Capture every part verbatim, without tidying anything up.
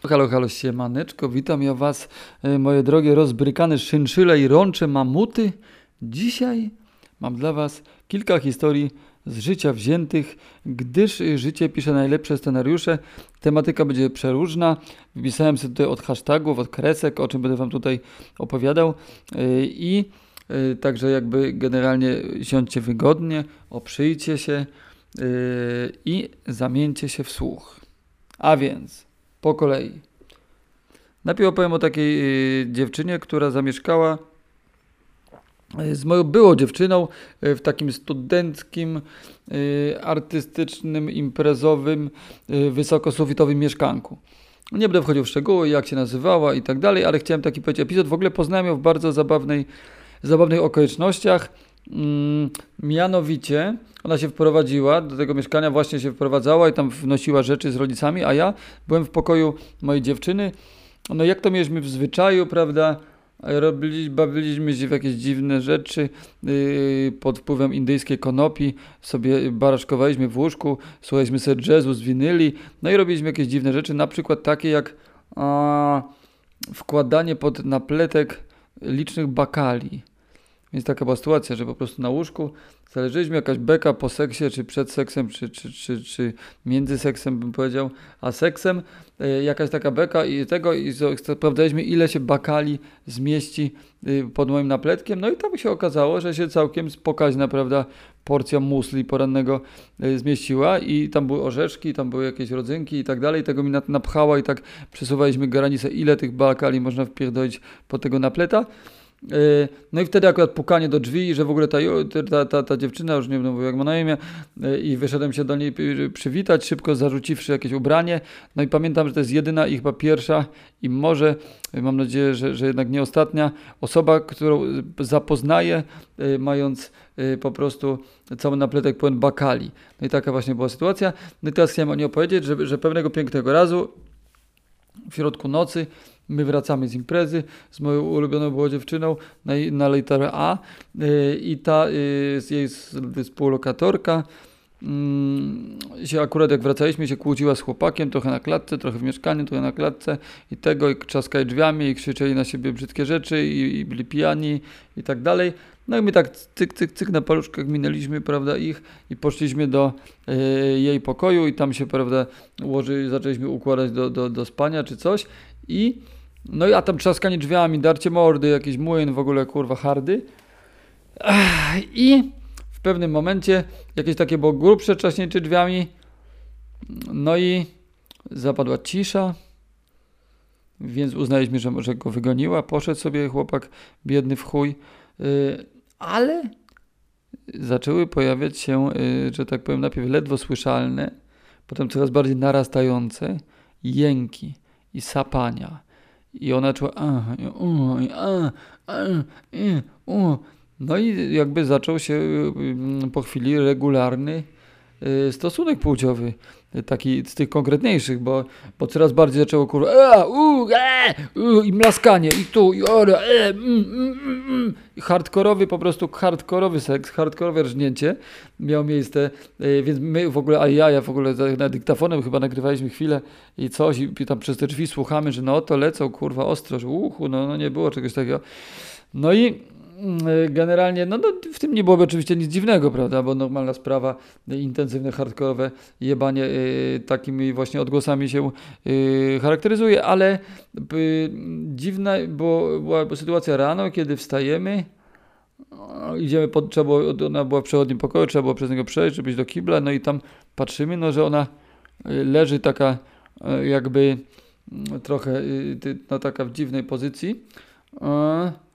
Halo, halo, siemaneczko, witam ja was, e, moje drogie rozbrykane szynszyle i rącze mamuty. Dzisiaj mam dla was kilka historii z życia wziętych, gdyż y, życie pisze najlepsze scenariusze. Tematyka będzie przeróżna. Wypisałem sobie tutaj od hashtagów, od kresek, o czym będę wam tutaj opowiadał. E, I e, także jakby generalnie siądźcie wygodnie, oprzyjcie się e, i zamieńcie się w słuch. A więc po kolei. Najpierw opowiem o takiej y, dziewczynie, która zamieszkała y, z moją byłą dziewczyną y, w takim studenckim, y, artystycznym, imprezowym, y, wysokosufitowym mieszkanku. Nie będę wchodził w szczegóły, jak się nazywała i tak dalej, ale chciałem taki powiedzieć epizod. W ogóle poznałem ją w bardzo zabawnej, zabawnych okolicznościach. Mm, mianowicie ona się wprowadziła do tego mieszkania, właśnie się wprowadzała i tam wnosiła rzeczy z rodzicami, a ja byłem w pokoju mojej dziewczyny. No jak to mieliśmy w zwyczaju, prawda? Robili, bawiliśmy się w jakieś dziwne rzeczy, yy, pod wpływem indyjskiej konopi sobie baraszkowaliśmy w łóżku, słuchaliśmy sobie jazzu z winyli, no i robiliśmy jakieś dziwne rzeczy, na przykład takie jak a, wkładanie pod napletek licznych bakali. Więc taka była sytuacja, że po prostu na łóżku zależeliśmy, jakaś beka po seksie, czy przed seksem, czy, czy, czy, czy między seksem, bym powiedział, a seksem, y, jakaś taka beka i tego, i sprawdzaliśmy, ile się bakali zmieści y, pod moim napletkiem, no i tam się okazało, że się całkiem pokaźna, prawda, porcja musli porannego y, zmieściła i tam były orzeszki, tam były jakieś rodzynki i tak dalej, tego mi napchała i tak przesuwaliśmy granicę, ile tych bakali można wpierdolić pod tego napleta. No i wtedy akurat pukanie do drzwi, że w ogóle ta, ta, ta, ta dziewczyna, już nie wiem jak ma na imię, i wyszedłem się do niej przywitać, szybko zarzuciwszy jakieś ubranie. No i pamiętam, że to jest jedyna i chyba pierwsza i może, mam nadzieję, że, że jednak nie ostatnia osoba, którą zapoznaję, mając po prostu cały napletek pełen bakali. No i taka właśnie była sytuacja. No i teraz chciałem o niej opowiedzieć, że, że pewnego pięknego razu w środku nocy my wracamy z imprezy z moją ulubioną było dziewczyną na, na literę A yy, i ta yy, jej współlokatorka yy, się akurat jak wracaliśmy się kłóciła z chłopakiem, trochę na klatce, trochę w mieszkaniu, trochę na klatce i tego, i trzaskali drzwiami i krzyczeli na siebie brzydkie rzeczy i, i byli pijani i tak dalej. No i my tak cyk, cyk, cyk na paluszkach minęliśmy, prawda, ich i poszliśmy do y, jej pokoju i tam się, prawda, ułoży, zaczęliśmy układać do, do, do spania czy coś i no i a tam trzaskanie drzwiami, darcie mordy, jakiś młyn, w ogóle kurwa hardy. I w pewnym momencie jakieś takie było grubsze trzaśnięcie drzwiami, no i zapadła cisza, więc uznaliśmy, że może go wygoniła, poszedł sobie chłopak biedny w chuj. Yy, ale zaczęły pojawiać się, yy, że tak powiem, najpierw ledwo słyszalne, potem coraz bardziej narastające jęki i sapania. I ona czuła a, u, a, a, i, u. No i jakby zaczął się yy, po chwili regularny yy, stosunek płciowy. Taki z tych konkretniejszych, bo, bo coraz bardziej zaczęło kurwa e, u, e, u, i mlaskanie, i tu, i ora, e, mm, mm, mm. I hardkorowy, po prostu hardkorowy seks, hardkorowe rżnięcie miało miejsce, e, więc my w ogóle, a ja, ja w ogóle na dyktafonem chyba nagrywaliśmy chwilę i coś, i tam przez te drzwi słuchamy, że no to lecą, kurwa, ostro, że uchu, no, no nie było czegoś takiego. No i generalnie, no, no w tym nie byłoby oczywiście nic dziwnego, prawda, bo normalna sprawa, intensywne, hardkorowe jebanie y, takimi właśnie odgłosami się y, charakteryzuje, ale y, dziwna bo, była sytuacja rano, kiedy wstajemy, no, idziemy, pod, trzeba było, ona była w przechodnim pokoju, trzeba było przez niego przejść, żeby iść do kibla, no i tam patrzymy, no, że ona y, leży taka y, jakby y, trochę, y, no taka w dziwnej pozycji, y,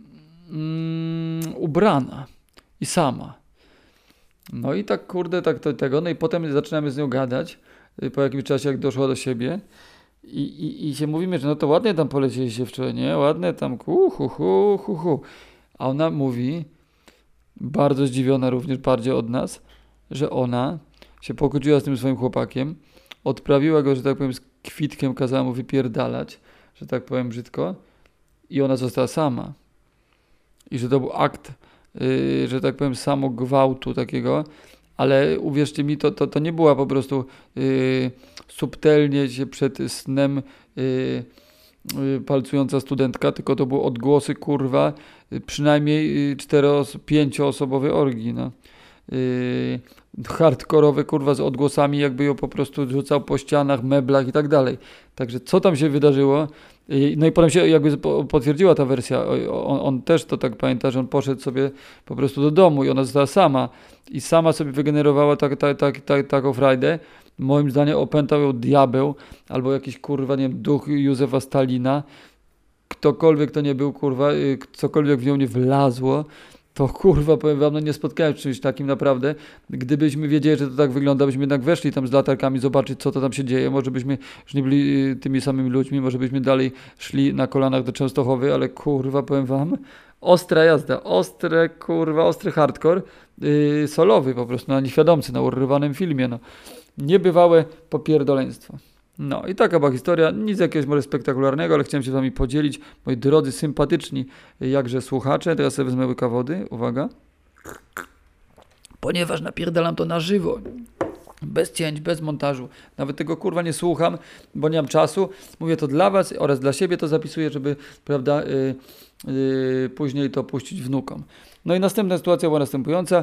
Mm, ubrana i sama. No i tak kurde, tak to, tego, no i potem zaczynamy z nią gadać y, po jakimś czasie, jak doszła do siebie i, i, i się mówimy, że no to ładnie tam polecieliście wczoraj, nie? Ładnie tam, hu, hu, hu, hu, hu. A ona mówi, bardzo zdziwiona również bardziej od nas, że ona się pokłóciła z tym swoim chłopakiem, odprawiła go, że tak powiem, z kwitkiem, kazała mu wypierdalać, że tak powiem brzydko, i ona została sama. I że to był akt, yy, że tak powiem, samogwałtu takiego, ale uwierzcie mi, to, to, to nie była po prostu yy, subtelnie się przed snem yy, yy, palcująca studentka, tylko to były odgłosy, kurwa, yy, przynajmniej yy, czteros, pięcioosobowej orgii, no. Yy, hardkorowe, kurwa, z odgłosami, jakby ją po prostu rzucał po ścianach, meblach i tak dalej. Także co tam się wydarzyło? Yy, no i potem się jakby potwierdziła ta wersja. On, on też to tak pamięta, że on poszedł sobie po prostu do domu i ona została sama. I sama sobie wygenerowała tak, tak, tak, tak, taką frajdę. Moim zdaniem opętał ją diabeł albo jakiś, kurwa, nie wiem, duch Józefa Stalina. Ktokolwiek to nie był, kurwa, yy, cokolwiek w nią nie wlazło. To, kurwa, powiem wam, no nie spotkałem się z czymś takim naprawdę. Gdybyśmy wiedzieli, że to tak wygląda, byśmy jednak weszli tam z latarkami zobaczyć, co to tam się dzieje. Może byśmy już nie byli y, tymi samymi ludźmi, może byśmy dalej szli na kolanach do Częstochowy, ale, kurwa, powiem wam, ostra jazda, ostre, kurwa, ostry hardcore, yy, solowy po prostu, na nieświadomcy, na urywanym filmie, no. Niebywałe popierdoleństwo. No i taka była historia, nic jakiegoś może spektakularnego, ale chciałem się z wami podzielić, moi drodzy, sympatyczni jakże słuchacze. Teraz sobie wezmę łyka wody, uwaga. Ponieważ napierdalam to na żywo, bez cięć, bez montażu. Nawet tego, kurwa, nie słucham, bo nie mam czasu. Mówię to dla was oraz dla siebie to zapisuję, żeby, prawda, yy, yy, później to puścić wnukom. No i następna sytuacja była następująca.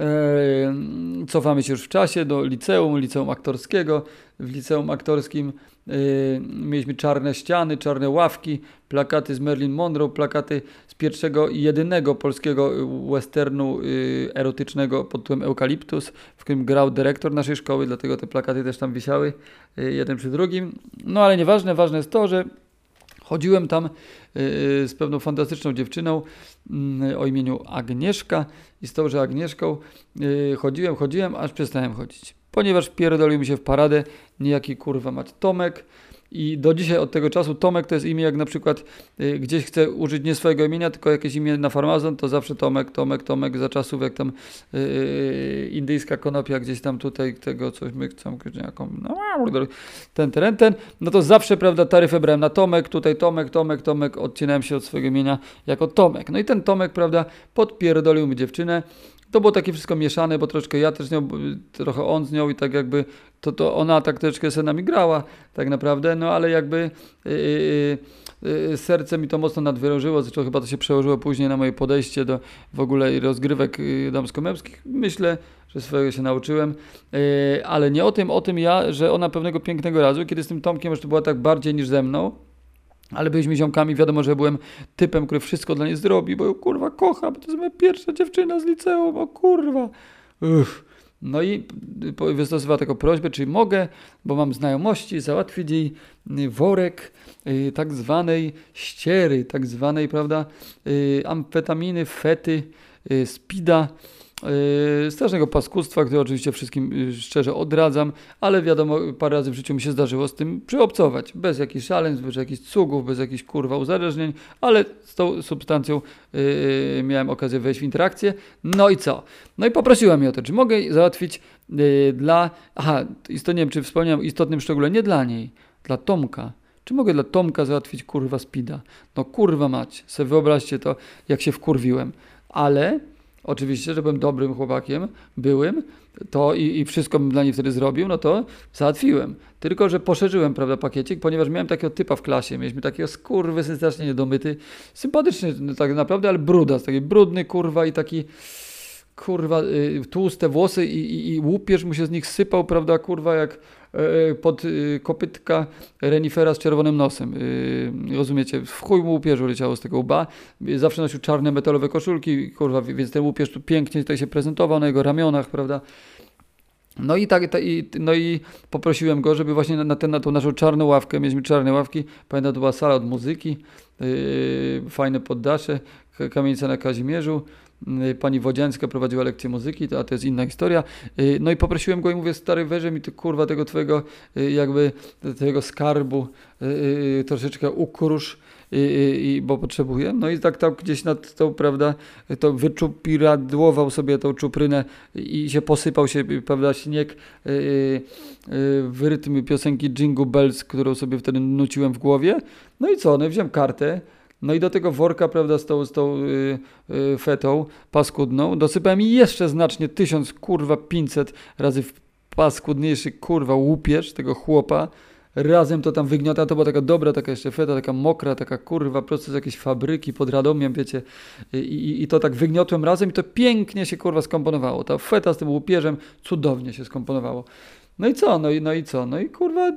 Yy, cofamy się już w czasie do liceum, liceum aktorskiego. W liceum aktorskim yy, mieliśmy czarne ściany, czarne ławki, plakaty z Marilyn Monroe, plakaty z pierwszego i jedynego polskiego westernu yy, erotycznego pod tytułem Eukaliptus, w którym grał dyrektor naszej szkoły, dlatego te plakaty też tam wisiały, yy, jeden przy drugim. No ale nieważne, ważne jest to, że chodziłem tam yy, z pewną fantastyczną dziewczyną yy, o imieniu Agnieszka i z tą, że Agnieszką yy, chodziłem, chodziłem, aż przestałem chodzić. Ponieważ pierdolił mi się w paradę niejaki, kurwa, mać Tomek i do dzisiaj od tego czasu Tomek to jest imię, jak na przykład y, gdzieś chcę użyć nie swojego imienia, tylko jakieś imię na farmazon, to zawsze Tomek, Tomek, Tomek, za czasów jak tam y, y, indyjska konopia gdzieś tam tutaj tego coś my chcą, jaką, no, ten, ten, ten, no to zawsze, prawda, taryfę brałem na Tomek, tutaj Tomek, Tomek, Tomek, odcinałem się od swojego imienia jako Tomek. No i ten Tomek, prawda, podpierdolił mi dziewczynę. To było takie wszystko mieszane, bo troszkę ja też z nią, trochę on z nią i tak jakby to, to ona tak troszkę se nami grała tak naprawdę, no ale jakby yy, yy, serce mi to mocno nadwyrężyło, zresztą chyba to się przełożyło później na moje podejście do w ogóle rozgrywek yy, damsko-męskich. Myślę, że swojego się nauczyłem, yy, ale nie o tym, o tym ja, że ona pewnego pięknego razu, kiedy z tym Tomkiem już to była tak bardziej niż ze mną, ale byliśmy ziomkami, wiadomo, że byłem typem, który wszystko dla niej zrobi, bo ją, kurwa, kocha, bo to jest moja pierwsza dziewczyna z liceum, o kurwa. Uff. No i wystosowała taką prośbę, czy mogę, bo mam znajomości, załatwić jej worek y, tak zwanej ściery, tak zwanej, prawda, y, amfetaminy, fety, y, spida, Yy, strasznego paskustwa, które oczywiście wszystkim yy, szczerze odradzam, ale wiadomo, parę razy w życiu mi się zdarzyło z tym przyobcować, bez jakichś szaleństw, bez jakichś cugów, bez jakichś, kurwa, uzależnień, ale z tą substancją yy, miałem okazję wejść w interakcję. No i co? No i poprosiłem mnie o to, czy mogę załatwić yy, dla, aha, to nie wiem, czy wspomniałem o istotnym szczególe, nie dla niej, dla Tomka. Czy mogę dla Tomka załatwić, kurwa, spida? No kurwa mać, sobie wyobraźcie to, jak się wkurwiłem, ale oczywiście, że byłem dobrym chłopakiem, byłym, to i, i wszystko bym dla niej wtedy zrobił, no to załatwiłem. Tylko, że poszerzyłem, prawda, pakiecik, ponieważ miałem takiego typa w klasie, mieliśmy takiego skurwysyn strasznie niedomyty, sympatyczny no, tak naprawdę, ale brudas, taki brudny, kurwa, i taki, kurwa, y, tłuste włosy i, i, i łupież mu się z nich sypał, prawda, kurwa, jak y, pod y, kopytka renifera z czerwonym nosem. Y, rozumiecie? W chuj mu łupieżu leciało z tego łba. Y, zawsze nosił czarne metalowe koszulki, kurwa, więc ten łupież tu pięknie tutaj się prezentował na jego ramionach, prawda. No i tak, ta, i, no i poprosiłem go, żeby właśnie na, ten, na tą naszą czarną ławkę, mieliśmy czarne ławki, pamiętam, to była sala od muzyki, yy, fajne poddasze, kamienica na Kazimierzu, yy, pani Wodziańska prowadziła lekcję muzyki, a to jest inna historia. Yy, no i poprosiłem go i mówię, stary, weź mi ty, kurwa, tego twojego yy, jakby tego skarbu yy, troszeczkę ukrusz, I, i, bo potrzebuję. No i tak tam gdzieś nad tą, prawda, to wyczupiradłował sobie tą czuprynę i się posypał się, prawda, śnieg yy, yy, w rytm piosenki Jingle Bells, którą sobie wtedy nuciłem w głowie. No i co? No i wziąłem kartę No i do tego worka, prawda, z tą, z tą yy, yy, fetą paskudną dosypałem jeszcze znacznie tysiąc, kurwa, pięćset razy w paskudniejszy, kurwa, łupież tego chłopa. Razem to tam wygniota, to była taka dobra, taka jeszcze feta, taka mokra, taka kurwa, prosto z jakiejś fabryki pod Radomiem, wiecie. I, i, i to tak wygniotłem razem i to pięknie się, kurwa, skomponowało. Ta feta z tym łupieżem cudownie się skomponowało. No i co? No i, no i co? No i kurwa,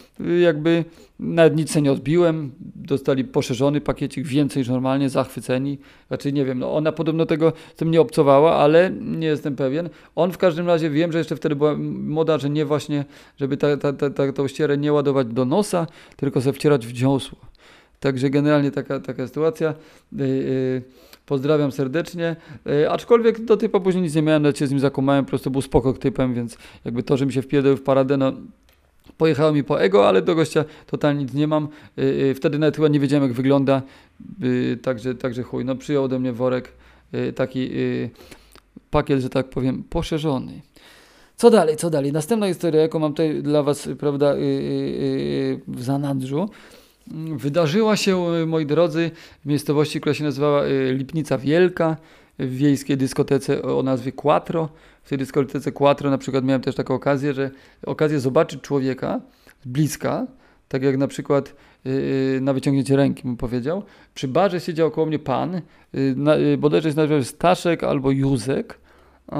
jakby nawet nic się nie odbiłem. Dostali poszerzony pakiecik, więcej niż normalnie, zachwyceni. Znaczy nie wiem, no ona podobno tego z tym nie obcowała, ale nie jestem pewien. On w każdym razie, wiem, że jeszcze wtedy była moda, że nie właśnie, żeby ta, ta, ta, ta, tą ścierę nie ładować do nosa, tylko sobie wcierać w dziąsło. Także generalnie taka, taka sytuacja. Yy, yy. Pozdrawiam serdecznie, yy, aczkolwiek do typa później nic nie miałem, nawet się z nim zakumałem, po prostu był spoko typem, więc jakby to, że mi się wpierdolił w paradę, no pojechało mi po ego, ale do gościa totalnie nic nie mam. Yy, yy, wtedy nawet chyba nie wiedziałem, jak wygląda, yy, także, także chuj, no przyjął ode mnie worek, yy, taki yy, pakiet, że tak powiem, poszerzony. Co dalej, co dalej? Następna historia, jaką mam tutaj dla was, prawda, yy, yy, w zanadrzu, wydarzyła się, moi drodzy, w miejscowości, która się nazywała Lipnica Wielka, w wiejskiej dyskotece o nazwie Quattro. W tej dyskotece Quattro na przykład miałem też taką okazję, że okazję zobaczyć człowieka z bliska, tak jak na przykład yy, na wyciągnięcie ręki bym powiedział. Przy barze siedział koło mnie pan, yy, na, yy, bodajże się nazywał Staszek albo Józek, yy,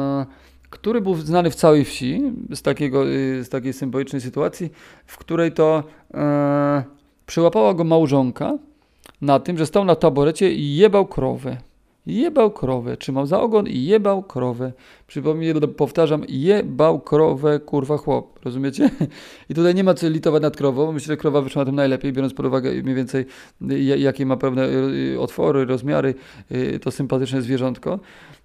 który był znany w całej wsi z, takiego, yy, z takiej symbolicznej sytuacji, w której to yy, przyłapała go małżonka na tym, że stał na taborecie i jebał krowę. Jebał krowę, trzymał za ogon i jebał krowę. Przypomnę, powtarzam, jebał krowę, kurwa chłop, rozumiecie? I tutaj nie ma co litować nad krową, myślę, że krowa wyszła na tym najlepiej, biorąc pod uwagę mniej więcej jakie ma pewne otwory, rozmiary, to sympatyczne zwierzątko.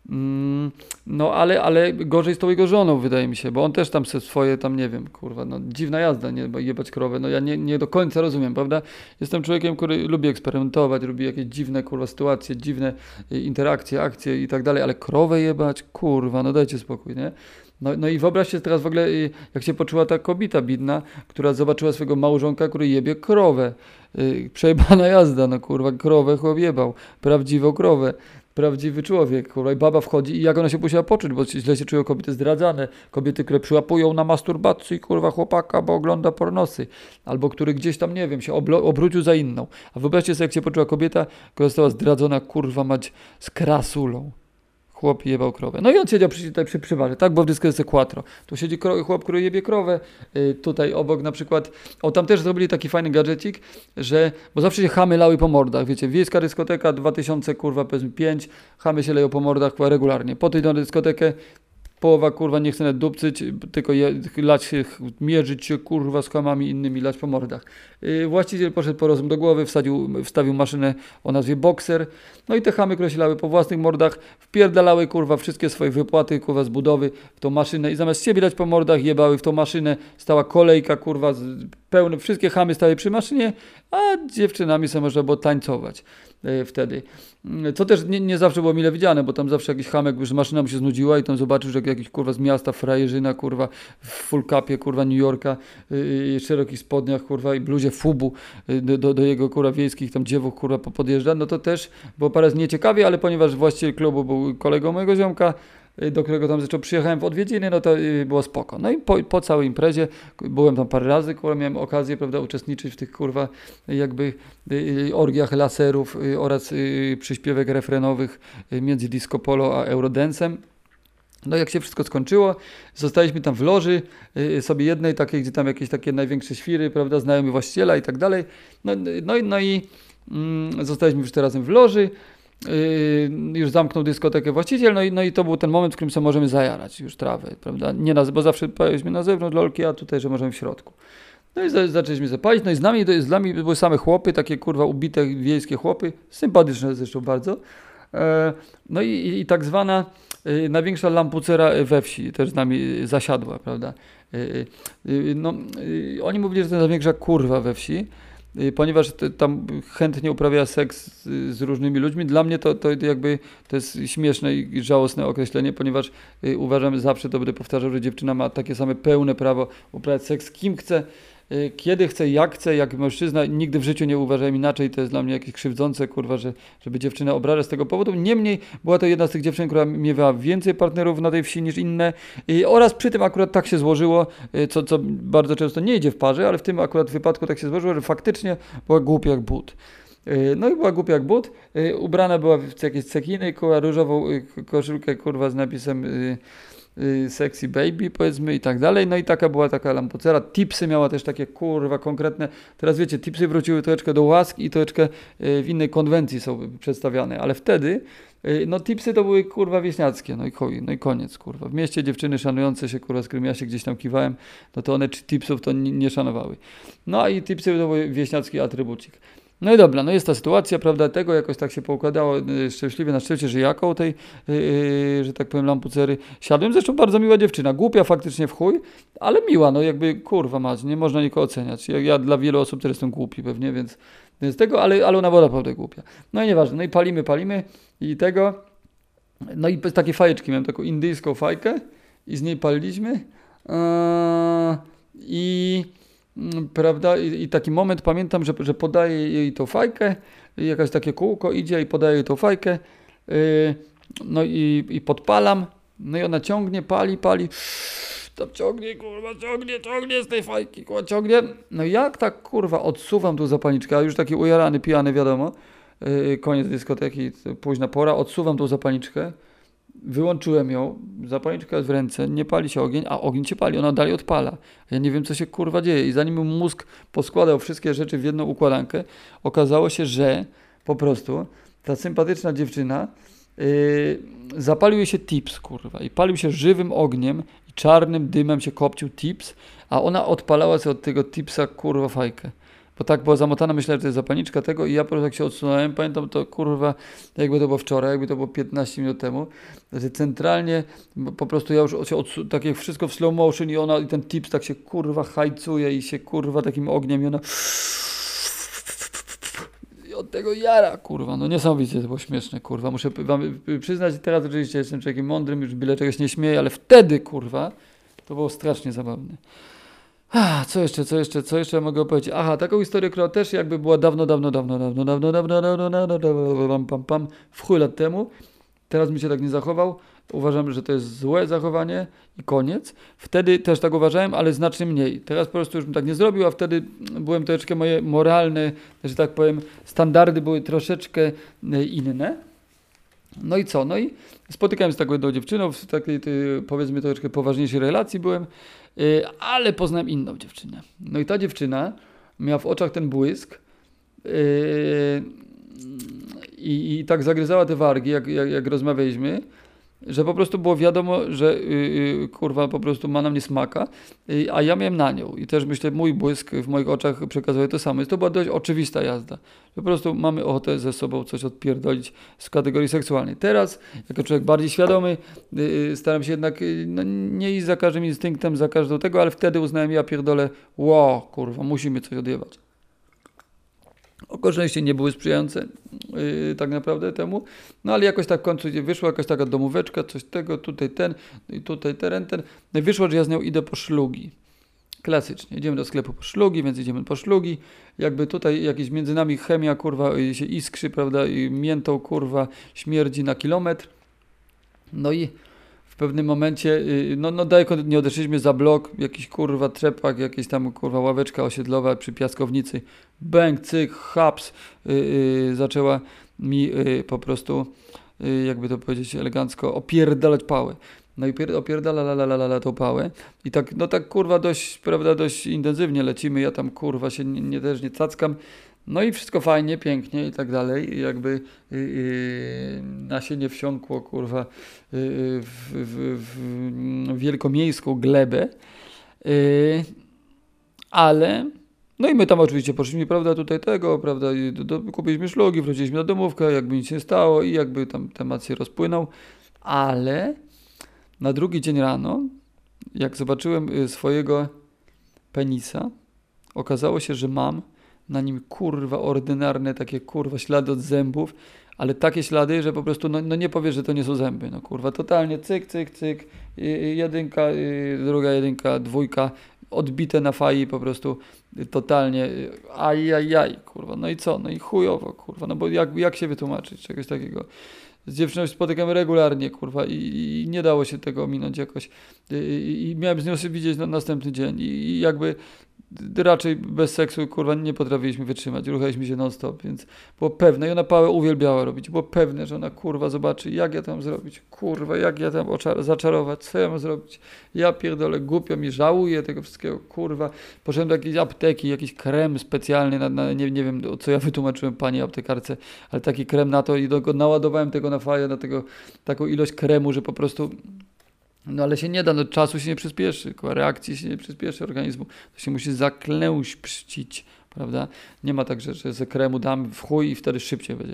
No ale, ale gorzej z tą jego żoną, wydaje mi się, bo on też tam se swoje, tam nie wiem, kurwa, no dziwna jazda, nie, jebać krowę, no ja nie, nie do końca rozumiem, prawda? Jestem człowiekiem, który lubi eksperymentować, lubi jakieś dziwne, kurwa, sytuacje, dziwne interakcje, akcje i tak dalej, ale krowę jebać, kurwa, no dajcie spokój, nie? No, no i wyobraźcie teraz w ogóle, jak się poczuła ta kobieta bidna, która zobaczyła swojego małżonka, który jebie krowę. Yy, przejebana jazda, no kurwa, krowę chłop jebał, prawdziwą krowę. Prawdziwy człowiek, kurwa, i baba wchodzi i jak ona się musiała poczuć, bo źle się czują kobiety zdradzane, kobiety, które przyłapują na masturbacji, kurwa, chłopaka, bo ogląda pornosy, albo który gdzieś tam, nie wiem, się oblo- obrócił za inną. A wyobraźcie sobie, jak się poczuła kobieta, która została zdradzona, kurwa, mać z krasulą. Chłop jebał krowę. No i on siedział przy, tutaj przy przybarze, tak, bo w dyskotece Quattro. Tu siedzi kro, chłop, który jebie krowę. Yy, tutaj obok na przykład, o tam też zrobili taki fajny gadżecik, że, bo zawsze się chamy lały po mordach, wiecie, wiejska dyskoteka dwa tysiące, kurwa, powiedzmy pięć, chamy się leją po mordach, kurwa, regularnie. Po tej na dyskotekę połowa, kurwa, nie chce nawet dupcyć, tylko je, lać się, mierzyć się, kurwa, z chamami innymi, lać po mordach. Yy, właściciel poszedł po rozum do głowy, wsadził, wstawił maszynę o nazwie Boxer, no i te chamy, które się lały po własnych mordach, wpierdalały, kurwa, wszystkie swoje wypłaty, kurwa, z budowy w tą maszynę i zamiast siebie lać po mordach, jebały w tą maszynę, stała kolejka, kurwa, z, pełne, wszystkie chamy stały przy maszynie, a dziewczynami sobie można było tańcować yy, wtedy. Yy, co też nie, nie zawsze było mile widziane, bo tam zawsze jakiś chamek, już maszyna mu się znudziła i tam zobaczył, że jakiś, kurwa, z miasta frajerzyna, kurwa, w full capie, kurwa, New Yorka, yy, szerokich spodniach, kurwa, i bluzie Fubu yy, do, do, do jego, kurwa, wiejskich tam dziewów, kurwa, podjeżdża, no to też było parę razy nieciekawie, ale ponieważ właściciel klubu był kolegą mojego ziomka, do którego tam zresztą przyjechałem w odwiedziny, no to było spoko. No i po, po całej imprezie, byłem tam parę razy, kurwa, miałem okazję, prawda, uczestniczyć w tych, kurwa, jakby orgiach laserów oraz przyśpiewek refrenowych między disco polo a eurodensem. No jak się wszystko skończyło, zostaliśmy tam w loży yy, sobie jednej, takiej, gdzie tam jakieś takie największe świry, prawda, znajomy właściciela i tak dalej. No, no, no i yy, zostaliśmy już teraz w loży. Yy, już zamknął dyskotekę właściciel, no i, no i to był ten moment, w którym sobie możemy zajarać już trawę, prawda, nie na, bo zawsze paliśmy na zewnątrz lolki, a tutaj, że możemy w środku. No i za, zaczęliśmy zapalić, no i z nami, z nami były same chłopy, takie, kurwa, ubite wiejskie chłopy, sympatyczne zresztą bardzo. E, no i, i, i tak zwana e, największa lampucera we wsi też z nami zasiadła, prawda. E, e, no, e, oni mówili, że to jest największa kurwa we wsi, ponieważ tam chętnie uprawia seks z, z różnymi ludźmi. Dla mnie to, to jakby to jest śmieszne i żałosne określenie, ponieważ y, uważam, zawsze to będę powtarzał, że dziewczyna ma takie same pełne prawo uprawiać seks z kim chce, y, kiedy chcę, jak chcę, jak mężczyzna, nigdy w życiu nie uważałem inaczej, to jest dla mnie jakieś krzywdzące, kurwa, że, żeby dziewczynę obrażać z tego powodu. Niemniej była to jedna z tych dziewczyn, która miała więcej partnerów na tej wsi niż inne y, oraz przy tym akurat tak się złożyło, y, co, co bardzo często nie idzie w parze, ale w tym akurat wypadku tak się złożyło, że faktycznie była głupia jak but. No i była głupia jak but, ubrana była w jakieś cekiny, kurwa, różową koszulkę, kurwa, z napisem sexy baby, powiedzmy, i tak dalej. No i taka była taka lampucera. Tipsy miała też takie, kurwa, konkretne. Teraz wiecie, tipsy wróciły troszeczkę do łask i troszeczkę w innej konwencji są przedstawiane, ale wtedy no tipsy to były, kurwa, wieśniackie, no i chuj, no i koniec, kurwa. W mieście dziewczyny szanujące się, kurwa, z którymi ja się gdzieś tam kiwałem, no to one tipsów to nie, nie szanowały. No i tipsy to był wieśniacki atrybucik. No i dobra, no jest ta sytuacja, prawda, tego jakoś tak się poukładało yy, szczęśliwie na szczęście, że jaką tej, yy, że tak powiem, lampucery siadłem. Zresztą bardzo miła dziewczyna, głupia faktycznie w chuj, ale miła, no jakby, kurwa mać, nie można nikogo oceniać. Ja, ja dla wielu osób też jestem głupi pewnie, więc, więc tego, ale, ale ona była naprawdę głupia. No i nieważne, no i palimy, palimy i tego, no i takie fajeczki, miałem taką indyjską fajkę i z niej paliliśmy yy, i... Prawda? I, I taki moment pamiętam, że, że podaję jej tą fajkę, jakaś takie kółko idzie i podaję jej tą fajkę, yy, no i, i podpalam, no i ona ciągnie, pali, pali, tam ciągnie, kurwa, ciągnie, ciągnie z tej fajki, kurwa, ciągnie. No i jak tak, kurwa, odsuwam tą zapalniczkę, a już taki ujarany, pijany, wiadomo, yy, koniec dyskoteki, późna pora, odsuwam tą zapalniczkę, wyłączyłem ją, zapalniczka jest w ręce, nie pali się ogień, a ogień się pali, ona dalej odpala. Ja nie wiem, co się, kurwa, dzieje. I zanim mózg poskładał wszystkie rzeczy w jedną układankę, okazało się, że po prostu ta sympatyczna dziewczyna yy, zapalił jej się tips, kurwa, i palił się żywym ogniem i czarnym dymem się kopcił tips, a ona odpalała sobie od tego tipsa, kurwa, fajkę. Bo tak była zamotana, myślałem, że to jest zapalniczka tego i ja po prostu jak się odsunąłem, pamiętam to, kurwa, jakby to było wczoraj, jakby to było piętnaście minut temu, że centralnie po prostu ja już się odsu- tak jak wszystko w slow motion i ona, i ten tips tak się, kurwa, hajcuje i się, kurwa, takim ogniem i ona i od tego jara, kurwa, no niesamowicie to było śmieszne, kurwa, muszę wam przyznać, teraz oczywiście jestem człowiekiem mądrym, już byle czegoś nie śmieję, ale wtedy, kurwa, to było strasznie zabawne. Ah, co jeszcze, co jeszcze, co jeszcze mogę opowiedzieć? Aha, taką historię, która też jakby była dawno, dawno, dawno, dawno, dawno, dawno, dawno, dawno, dawno, pam, pam, pam, w chuj lat temu. Teraz mi się tak nie zachował. Uważam, że to jest złe zachowanie i koniec. Wtedy też tak uważałem, ale znacznie mniej. Teraz po prostu już bym tak nie zrobił, a wtedy byłem troszeczkę moje moralne, że tak powiem, standardy były troszeczkę inne. No i co? No i spotykałem się z taką dziewczyną, w takiej, tej, powiedzmy, troszeczkę poważniejszej relacji byłem, yy, ale poznałem inną dziewczynę. No i ta dziewczyna miała w oczach ten błysk yy, i, i tak zagryzała te wargi, jak, jak, jak rozmawialiśmy, że po prostu było wiadomo, że yy, kurwa po prostu ma na mnie smaka, yy, a ja miałem na nią. I też myślę, mój błysk w moich oczach przekazuje to samo. Jest to była dość oczywista jazda. Po prostu mamy ochotę ze sobą coś odpierdolić z kategorii seksualnej. Teraz, jako człowiek bardziej świadomy, yy, staram się jednak yy, no, nie iść za każdym instynktem, za każdą tego, ale wtedy uznałem, ja pierdolę, wow, kurwa, musimy coś odjebać. Okoliczności nie były sprzyjające yy, tak naprawdę temu, no ale jakoś tak w końcu wyszła jakaś taka domóweczka, coś tego, tutaj ten, i tutaj ten, ten. No i wyszło, że ja z nią idę po szlugi. Klasycznie. Idziemy do sklepu po szlugi, więc idziemy po szlugi. Jakby tutaj jakieś między nami chemia, kurwa, się iskrzy, prawda, i miętą, kurwa, śmierdzi na kilometr. No i w pewnym momencie, no, no daleko nie odeszliśmy za blok, jakiś kurwa trzepak, jakieś tam kurwa ławeczka osiedlowa przy piaskownicy. Bęk, cyk, haps, yy, yy, zaczęła mi yy, po prostu, yy, jakby to powiedzieć elegancko, opierdalać pałę. No i pier- opierdala la, la, la, la, la, tą pałę. I tak, no tak kurwa dość, prawda, dość intensywnie lecimy, ja tam kurwa się nie, nie też nie cackam. No i wszystko fajnie, pięknie i tak dalej. I jakby yy, yy, nasienie wsiąkło, kurwa, yy, w, w, w wielkomiejską glebę. Yy, ale, no i my tam oczywiście poszliśmy, prawda, tutaj tego, prawda, i do, do, kupiliśmy szlugi, wróciliśmy na domówkę, jakby nic nie stało i jakby tam temat się rozpłynął. Ale na drugi dzień rano, jak zobaczyłem swojego penisa, okazało się, że mam na nim kurwa ordynarne takie kurwa ślady od zębów, ale takie ślady, że po prostu no, no nie powiesz, że to nie są zęby. No kurwa, totalnie cyk, cyk, cyk, y, jedynka, y, druga jedynka, dwójka odbite na fai po prostu totalnie, ajajaj, kurwa, no i co, no i chujowo, kurwa, no bo jak, jak się wytłumaczyć czegoś takiego? Z dziewczyną się spotykam regularnie, kurwa, i, i nie dało się tego ominąć jakoś. I, i miałem z nią się widzieć na następny dzień i, i jakby raczej bez seksu, kurwa, nie potrafiliśmy wytrzymać, ruchaliśmy się non stop, więc było pewne, i ona pałę uwielbiała robić, było pewne, że ona, kurwa, zobaczy, jak ja tam zrobić, kurwa, jak ja tam oczar- zaczarować, co ja mam zrobić, ja pierdolę, głupio mi, żałuję tego wszystkiego, kurwa, poszedłem do jakiejś apteki, jakiś krem specjalny, na, na, nie, nie wiem, co ja wytłumaczyłem pani aptekarce, ale taki krem na to i do, naładowałem tego na faję, na tego, taką ilość kremu, że po prostu... No ale się nie da, no czasu się nie przyspieszy, reakcji się nie przyspieszy organizmu, to się musi zaklęszczyć, prawda? Nie ma tak, że, że ze kremu dam w chuj i wtedy szybciej będzie.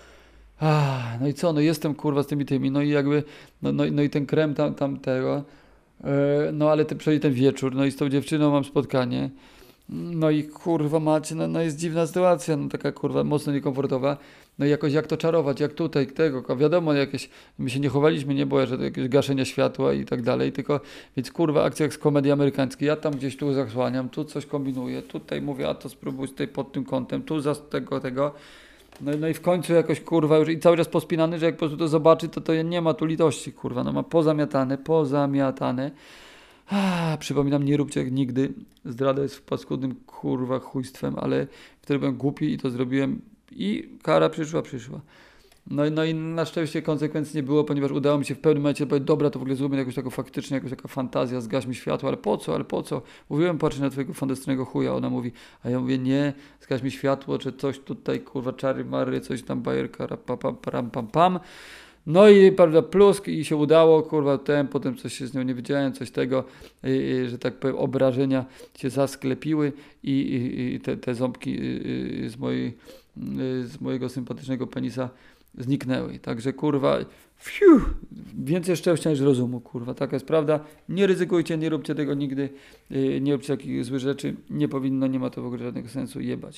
Ah, no i co, no jestem kurwa z tymi tymi, no i jakby, no, no, no i ten krem tam, tam tego, yy, no ale te, przejdzie ten wieczór, no i z tą dziewczyną mam spotkanie, no i kurwa macie, no, no jest dziwna sytuacja, no taka kurwa mocno niekomfortowa. No i jakoś jak to czarować, jak tutaj, tego, wiadomo, jakieś, my się nie chowaliśmy, nie było, że to jakieś gaszenia światła i tak dalej, tylko, więc kurwa akcja jak z komedii amerykańskiej, ja tam gdzieś tu zasłaniam, tu coś kombinuję, tutaj mówię, a to spróbuj tutaj pod tym kątem, tu za tego, tego, no, no i w końcu jakoś kurwa już i cały czas pospinany, że jak po prostu to zobaczy, to to nie ma tu litości, kurwa, no ma pozamiatane, pozamiatane. Ah, przypominam, nie róbcie jak nigdy, zdrada jest w paskudnym kurwa chujstwem, ale wtedy byłem głupi i to zrobiłem. I kara przyszła, przyszła. No, no i na szczęście konsekwencji nie było, ponieważ udało mi się w pewnym momencie powiedzieć, dobra, to w ogóle zróbmy jakąś taką faktycznie, jakaś taka fantazja, zgaśmy światło, ale po co, ale po co? Mówiłem, patrzę na twojego fantastycznego chuja, ona mówi, a ja mówię, nie, zgaśmy światło, czy coś tutaj, kurwa, czary mary, coś tam, bajerka, rapapam, pam, pam, pam. No i prawda, plusk i się udało, kurwa, ten, potem coś się z nią nie wiedziałem, coś tego, i, i, że tak powiem, obrażenia się zasklepiły i, i, i te, te ząbki i, i z, mojej, z mojego sympatycznego penisa zniknęły. Także kurwa, fiu, więcej szczęścia niż rozumu, kurwa, taka jest prawda. Nie ryzykujcie, nie róbcie tego nigdy, nie róbcie takich złych rzeczy, nie powinno, nie ma to w ogóle żadnego sensu jebać.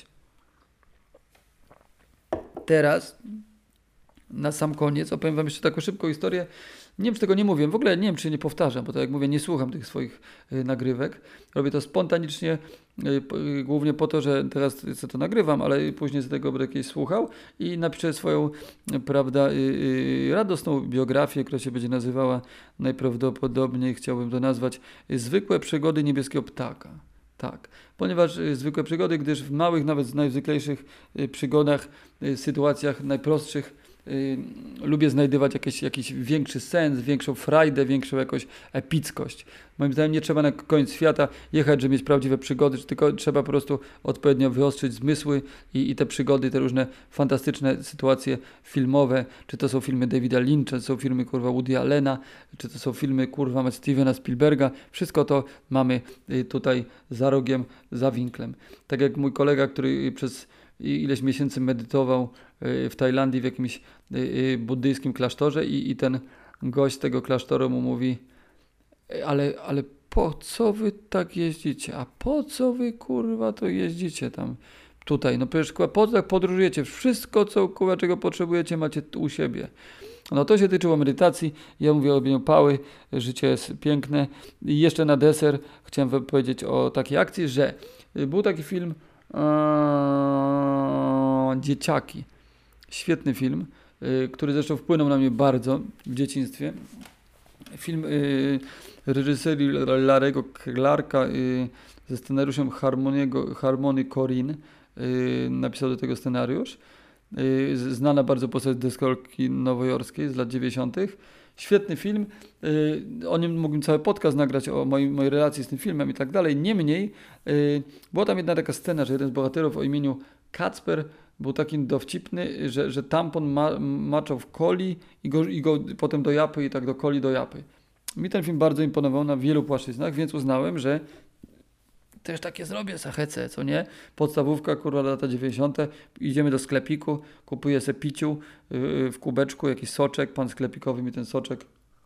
Teraz na sam koniec opowiem wam jeszcze taką szybką historię. Nie wiem, czy tego nie mówię, w ogóle nie wiem, czy nie powtarzam, bo tak jak mówię, nie słucham tych swoich y, nagrywek. Robię to spontanicznie, y, y, głównie po to, że teraz sobie to nagrywam, ale później z tego będę kiedyś słuchał i napiszę swoją, y, prawda, y, y, radosną biografię, która się będzie nazywała najprawdopodobniej, chciałbym to nazwać, y, Zwykłe przygody niebieskiego ptaka. Tak, ponieważ y, zwykłe przygody, gdyż w małych, nawet najzwyklejszych y, przygodach, y, sytuacjach najprostszych, Yy, lubię znajdywać jakiś, jakiś większy sens, większą frajdę, większą jakąś epickość. Moim zdaniem nie trzeba na koniec świata jechać, żeby mieć prawdziwe przygody, tylko trzeba po prostu odpowiednio wyostrzyć zmysły i, i te przygody, te różne fantastyczne sytuacje filmowe, czy to są filmy Davida Lyncha, czy to są filmy kurwa Woody Allena, czy to są filmy kurwa Stevena Spielberga, wszystko to mamy yy, tutaj za rogiem, za winklem. Tak jak mój kolega, który przez ileś miesięcy medytował w Tajlandii w jakimś buddyjskim klasztorze i, i ten gość tego klasztoru mu mówi, ale, ale po co wy tak jeździcie? A po co wy kurwa to jeździcie tam tutaj? No przecież kurwa, po co tak podróżujecie? Wszystko co kurwa czego potrzebujecie macie u siebie. No to się tyczyło medytacji. Ja mówię o robieniu pały. Życie jest piękne. I jeszcze na deser chciałem wam powiedzieć o takiej akcji, że był taki film Eee, Dzieciaki. Świetny film, y, który zresztą wpłynął na mnie bardzo w dzieciństwie. Film y, reżyserii Larego Clarka y, ze scenariuszem Harmoniego, Harmony Corinne. Y, napisał do tego scenariusz. Y, znana bardzo postać deskorolki nowojorskiej z lat dziewięćdziesiątych. Świetny film, yy, o nim mógłbym cały podcast nagrać, o mojej, mojej relacji z tym filmem i tak dalej. Niemniej, yy, była tam jedna taka scena, że jeden z bohaterów o imieniu Kacper był taki dowcipny, że, że tampon ma, maczał w coli i go, i go potem do japy i tak do coli do japy. Mi ten film bardzo imponował na wielu płaszczyznach, więc uznałem, że też takie zrobię sachece, co nie? Podstawówka, kurwa, lata dziewięćdziesiąte. Idziemy do sklepiku, kupuję se piciu yy, w kubeczku, jakiś soczek, pan sklepikowy mi ten soczek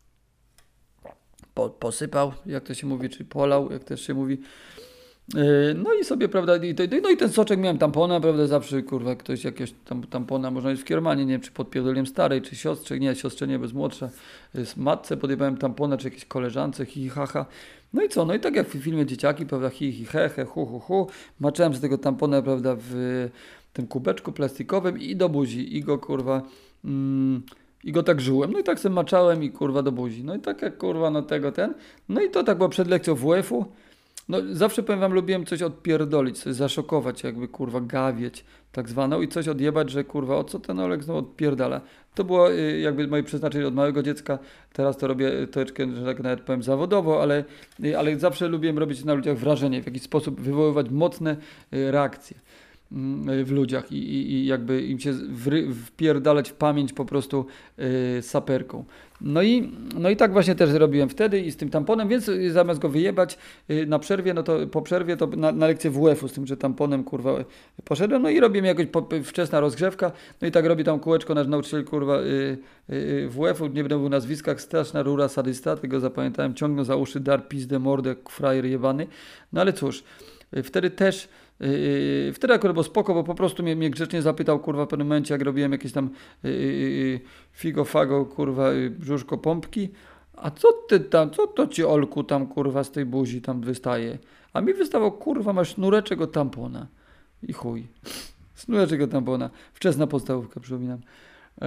po, posypał, jak to się mówi, czy polał, jak też się mówi. Yy, no i sobie, prawda, i to, no i ten soczek miałem tampona, prawda, zawsze, kurwa, ktoś jakiegoś tam, tampona, można mieć w kiermanie, nie wiem, czy pod pierdoliem starej, czy siostrze, nie, siostrze nie, bez młodsza, z matce podjebałem tampona, czy jakiejś koleżance, hi, haha. No i co? No i tak jak w filmie Dzieciaki, prawda, hi, hi, he, he, hu, hu, hu, maczałem z tego tampona, prawda, w tym kubeczku plastikowym i do buzi, i go, kurwa, mm, i go tak żyłem. No i tak sobie maczałem i, kurwa, do buzi. No i tak jak, kurwa, no tego, ten. No i to tak było przed lekcją W F-u. No zawsze, powiem wam, lubiłem coś odpierdolić, coś zaszokować, jakby, kurwa, gawieć, tak zwaną, i coś odjebać, że, kurwa, o co ten Olek znowu odpierdala. To było y, jakby moje przeznaczenie od małego dziecka. Teraz to robię troszeczkę, że tak nawet powiem, zawodowo, ale, y, ale zawsze lubiłem robić na ludziach wrażenie, w jakiś sposób wywoływać mocne y, reakcje y, w ludziach i, i, i jakby im się wry, wpierdalać w pamięć po prostu y, saperką. No i, no i tak właśnie też zrobiłem wtedy i z tym tamponem, więc zamiast go wyjebać y, na przerwie, no to po przerwie to na, na lekcję W F-u z tym, że tamponem, kurwa, poszedłem, no i robię mi jakoś po, wczesna rozgrzewka, no i tak robi tam kółeczko nasz nauczyciel, kurwa, y, y, W F-u, nie będę mówił w nazwiskach, straszna rura sadysta, tego zapamiętałem, ciągnął za uszy, dar, pizdę, mordę, frajer jebany, no ale cóż, y, wtedy też Yy, wtedy akurat było spoko, bo po prostu mnie, mnie grzecznie zapytał, kurwa, w pewnym momencie, jak robiłem jakieś tam yy, yy, figo, fago, kurwa, yy, brzuszko, pompki, a co ty tam, co to ci, Olku, tam, kurwa, z tej buzi tam wystaje? A mi wystawał, kurwa, masz sznureczek od tampona. I chuj. Sznureczek od tampona. Wczesna podstawówka, przypominam. Yy,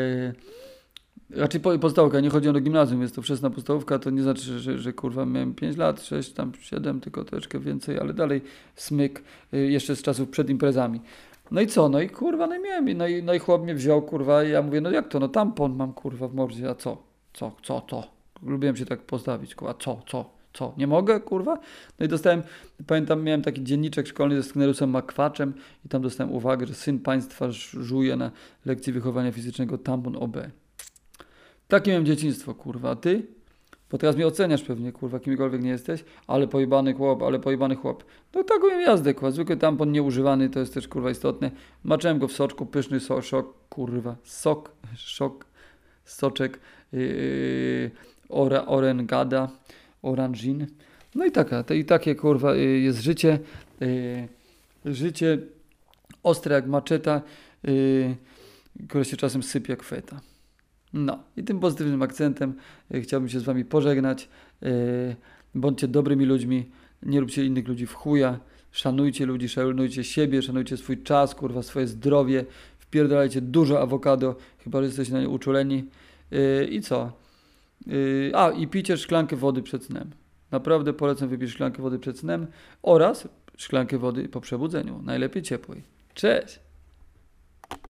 Raczej podstawówka, nie chodzi o gimnazjum, jest to wczesna podstawówka, to nie znaczy, że, że, że kurwa miałem pięć lat, sześć, tam siedem, tylko troszeczkę więcej, ale dalej smyk, y, jeszcze z czasów przed imprezami. No i co, no i kurwa, no i miałem, no i, no i chłop mnie wziął, kurwa, i ja mówię, no jak to, no tampon mam, kurwa, w mordzie, a co, co, co to? Lubiłem się tak postawić, kurwa, co, co, co, nie mogę, kurwa? No i dostałem, pamiętam, miałem taki dzienniczek szkolny ze Sknerusem Makwaczem i tam dostałem uwagę, że syn państwa żuje na lekcji wychowania fizycznego tampon O B. Takie miałem dzieciństwo, kurwa, a ty? Bo teraz mnie oceniasz pewnie, kurwa, kimkolwiek nie jesteś, ale pojebany chłop, ale pojebany chłop. No taką miałem jazdę, kurwa, zwykły tampon nieużywany, to jest też, kurwa, istotne. Maczyłem go w soczku, pyszny so, szok, kurwa, sok, szok, soczek, yy, ora, orengada, oranżin. No i taka, to i takie, kurwa, yy, jest życie, yy, życie ostre jak maczeta, yy, które się czasem sypie jak feta. No i tym pozytywnym akcentem y, chciałbym się z wami pożegnać. Y, bądźcie dobrymi ludźmi, nie róbcie innych ludzi w chuja, szanujcie ludzi, szanujcie siebie, szanujcie swój czas, kurwa, swoje zdrowie, wpierdalajcie dużo awokado, chyba że jesteście na nie uczuleni. Y, I co? Y, a, i pijcie szklankę wody przed snem. Naprawdę polecam wypić szklankę wody przed snem oraz szklankę wody po przebudzeniu, najlepiej ciepłej. Cześć!